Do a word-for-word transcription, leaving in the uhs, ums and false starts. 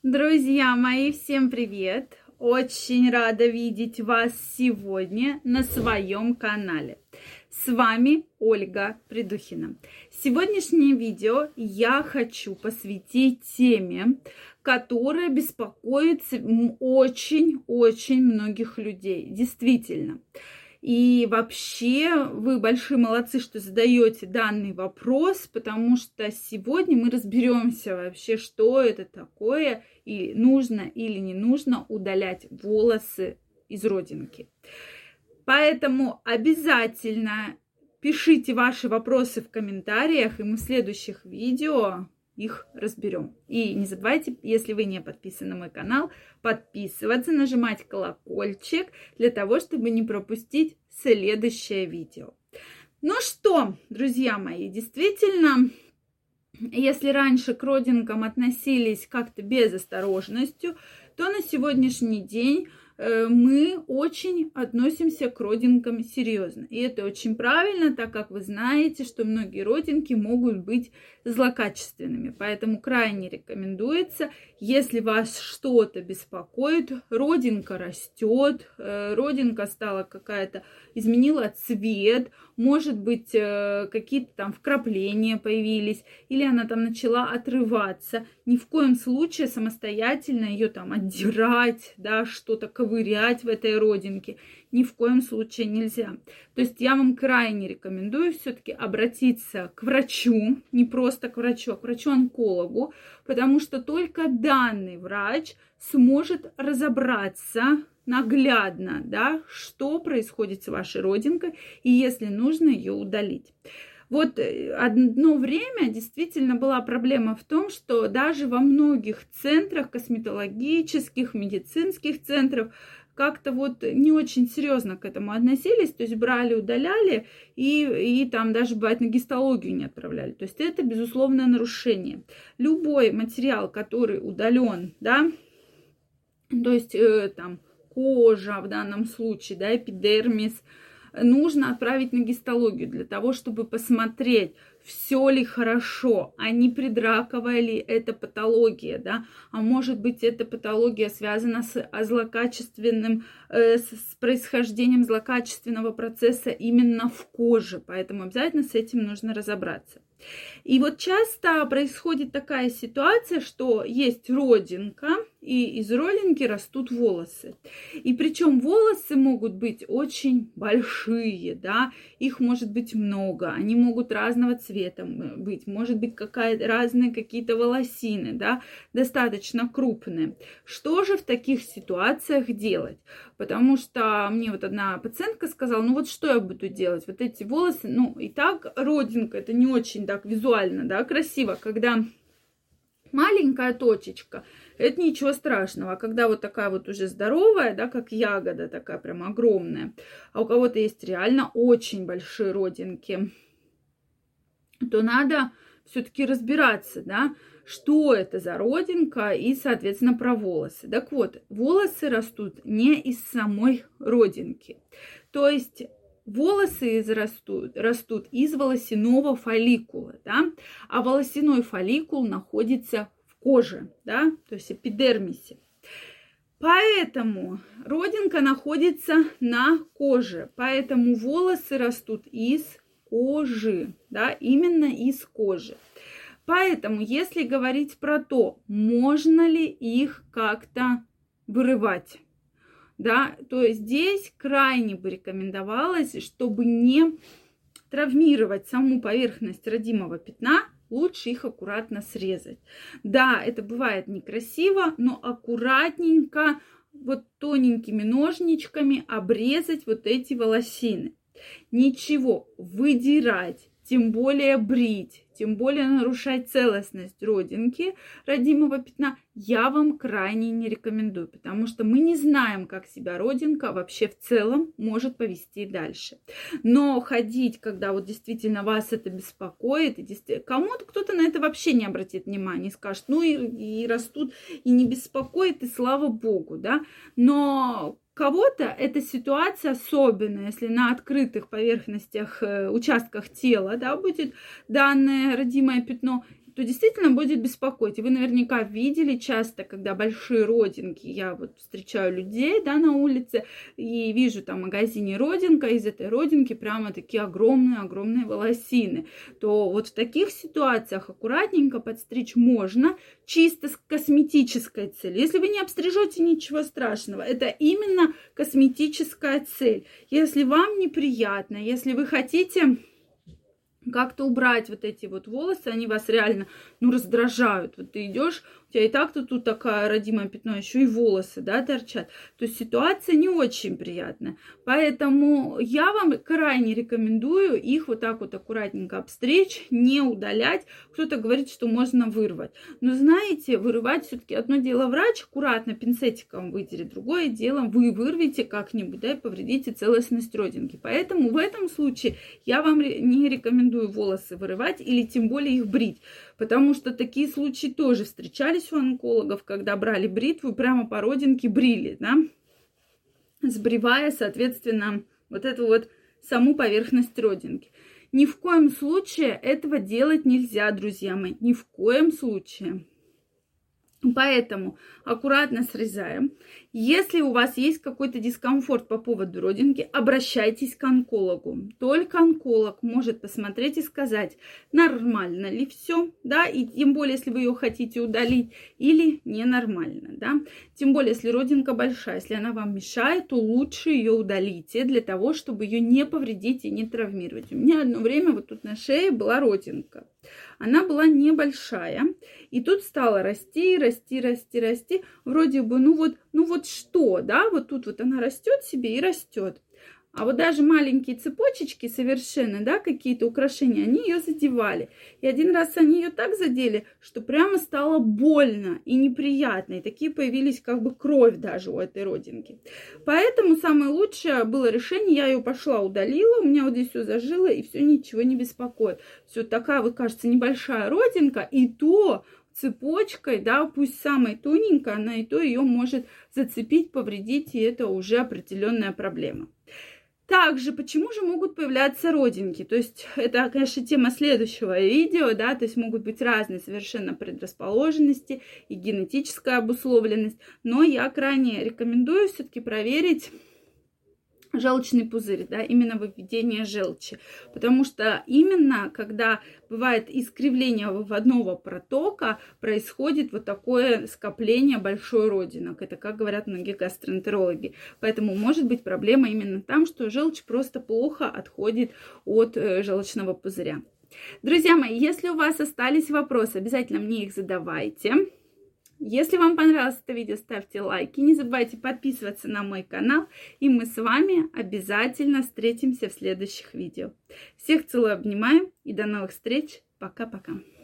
Друзья мои, всем привет! Очень рада видеть вас сегодня на своем канале. С вами Ольга Придухина. Сегодняшнее видео я хочу посвятить теме, которая беспокоит очень-очень многих людей. Действительно. И вообще вы большие молодцы, что задаете данный вопрос, потому что сегодня мы разберемся вообще, что это такое, и нужно или не нужно удалять волосы из родинки. Поэтому обязательно пишите ваши вопросы в комментариях, и мы в следующих видео их разберем. И не забывайте, если вы не подписаны на мой канал, подписываться, нажимать колокольчик для того, чтобы не пропустить следующее видео. Ну что, друзья мои, действительно, если раньше к родинкам относились как-то без осторожности, то на сегодняшний день мы очень относимся к родинкам серьезно. И это очень правильно, так как вы знаете, что многие родинки могут быть злокачественными. Поэтому крайне рекомендуется, если вас что-то беспокоит, родинка растет, родинка стала какая-то, изменила цвет, может быть, какие-то там вкрапления появились, или она там начала отрываться. Ни в коем случае самостоятельно ее там отдирать, да, что-то ковырять в этой родинке ни в коем случае нельзя. То есть я вам крайне рекомендую все-таки обратиться к врачу, не просто к врачу, а к врачу-онкологу, потому что только данный врач сможет разобраться наглядно, да, что происходит с вашей родинкой, и если нужно, ее удалить. Вот одно время действительно была проблема в том, что даже во многих центрах косметологических, медицинских центров как-то вот не очень серьезно к этому относились, то есть брали, удаляли и, и там даже бывает на гистологию не отправляли. То есть это безусловное нарушение. Любой материал, который удален, да, то есть э, там кожа в данном случае, да, эпидермис, нужно отправить на гистологию для того, чтобы посмотреть, все ли хорошо, а не предраковая ли это патология, да, а может быть эта патология связана с злокачественным, э, с происхождением злокачественного процесса именно в коже, поэтому обязательно с этим нужно разобраться. И вот часто происходит такая ситуация, что есть родинка, и из родинки растут волосы. И причем волосы могут быть очень большие, да, их может быть много, они могут разного цвета быть, может быть какая-то разные какие-то волосины, да, достаточно крупные. Что же в таких ситуациях делать? Потому что мне вот одна пациентка сказала, ну вот что я буду делать? Вот эти волосы, ну и так родинка, это не очень так визуально, да, красиво, когда маленькая точечка, это ничего страшного. А когда вот такая вот уже здоровая, да, как ягода такая прям огромная, а у кого-то есть реально очень большие родинки, то надо все-таки разбираться, да, что это за родинка и, соответственно, про волосы. Так вот, волосы растут не из самой родинки. То есть волосы растут, растут из волосяного фолликула, да, а волосяной фолликул находится в коже, да, то есть эпидермисе. Поэтому родинка находится на коже, поэтому волосы растут из кожи, да, именно из кожи. Поэтому, если говорить про то, можно ли их как-то вырывать, да, то здесь крайне бы рекомендовалось, чтобы не травмировать саму поверхность родимого пятна, лучше их аккуратно срезать. Да, это бывает некрасиво, но аккуратненько, вот тоненькими ножничками обрезать вот эти волосины. Ничего выдирать, тем более брить, тем более нарушать целостность родинки родимого пятна я вам крайне не рекомендую, потому что мы не знаем, как себя родинка вообще в целом может повести дальше. Но ходить, когда вот действительно вас это беспокоит, и действительно, кому-то кто-то на это вообще не обратит внимания, скажет, ну и, и растут, и не беспокоит, и слава богу, да, но кого-то эта ситуация особенно, если на открытых поверхностях, участках тела, да, будет данное родимое пятно, то действительно будет беспокоить. И вы наверняка видели часто, когда большие родинки, я вот встречаю людей, да, на улице, и вижу там в магазине родинка, из этой родинки прямо такие огромные-огромные волосины, то вот в таких ситуациях аккуратненько подстричь можно, чисто с косметической целью. Если вы не обстрижете, ничего страшного. Это именно косметическая цель. Если вам неприятно, если вы хотите как-то убрать вот эти вот волосы, они вас реально, ну, раздражают. Вот ты идешь, у тебя и так-то тут такая родимое пятно, еще и волосы, да, торчат. То есть ситуация не очень приятная. Поэтому я вам крайне рекомендую их вот так вот аккуратненько обстричь, не удалять. Кто-то говорит, что можно вырвать. Но знаете, вырывать все-таки одно дело врач аккуратно пинцетиком выдерет, другое дело вы вырвете как-нибудь, да, и повредите целостность родинки. Поэтому в этом случае я вам не рекомендую волосы вырывать или тем более их брить, потому что такие случаи тоже встречались у онкологов, когда брали бритву прямо по родинке брили, да, сбривая, соответственно, вот эту вот саму поверхность родинки. Ни в коем случае этого делать нельзя, друзья мои, ни в коем случае. Поэтому аккуратно срезаем. Если у вас есть какой-то дискомфорт по поводу родинки, обращайтесь к онкологу. Только онколог может посмотреть и сказать, нормально ли все, да, и тем более, если вы ее хотите удалить, или ненормально, да. Тем более, если родинка большая, если она вам мешает, то лучше ее удалите для того, чтобы ее не повредить и не травмировать. У меня одно время вот тут на шее была родинка. Она была небольшая, и тут стала расти, расти, расти, расти. Вроде бы, ну вот, ну вот что, да, вот тут вот она растет себе и растет. А вот даже маленькие цепочечки совершенно, да, какие-то украшения, они ее задевали. И один раз они ее так задели, что прямо стало больно и неприятно. И такие появились как бы кровь даже у этой родинки. Поэтому самое лучшее было решение, я ее пошла удалила, у меня вот здесь все зажило, и все, ничего не беспокоит. Все такая вот, кажется, небольшая родинка, и то цепочкой, да, пусть самой тоненькой, она и то ее может зацепить, повредить, и это уже определенная проблема. Также, почему же могут появляться родинки? То есть, это, конечно, тема следующего видео, да, то есть могут быть разные совершенно предрасположенности и генетическая обусловленность, но я крайне рекомендую все-таки проверить желчный пузырь, да, именно выведение желчи, потому что именно когда бывает искривление выводного протока, происходит вот такое скопление большой родинок, это, как говорят многие гастроэнтерологи, поэтому может быть проблема именно там, что желчь просто плохо отходит от э, желчного пузыря. Друзья мои, если у вас остались вопросы, обязательно мне их задавайте. Если вам понравилось это видео, ставьте лайки. Не забывайте подписываться на мой канал. И мы с вами обязательно встретимся в следующих видео. Всех целую, обнимаю и до новых встреч. Пока-пока.